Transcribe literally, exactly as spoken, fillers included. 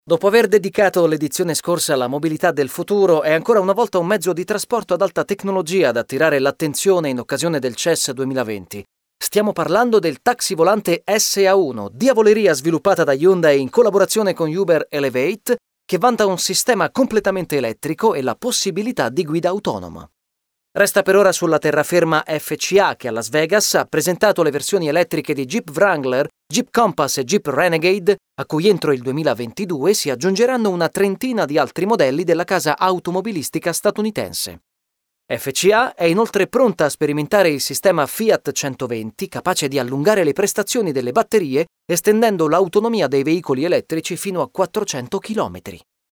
Dopo aver dedicato l'edizione scorsa alla mobilità del futuro, è ancora una volta un mezzo di trasporto ad alta tecnologia ad attirare l'attenzione in occasione del C E S duemilaventi. Stiamo parlando del taxi volante S A uno, diavoleria sviluppata da Hyundai in collaborazione con Uber Elevate, che vanta un sistema completamente elettrico e la possibilità di guida autonoma. Resta per ora sulla terraferma F C A, che a Las Vegas ha presentato le versioni elettriche di Jeep Wrangler, Jeep Compass e Jeep Renegade, a cui entro il duemilaventidue si aggiungeranno una trentina di altri modelli della casa automobilistica statunitense. F C A è inoltre pronta a sperimentare il sistema Fiat centoventi, capace di allungare le prestazioni delle batterie, estendendo l'autonomia dei veicoli elettrici fino a quattrocento chilometri.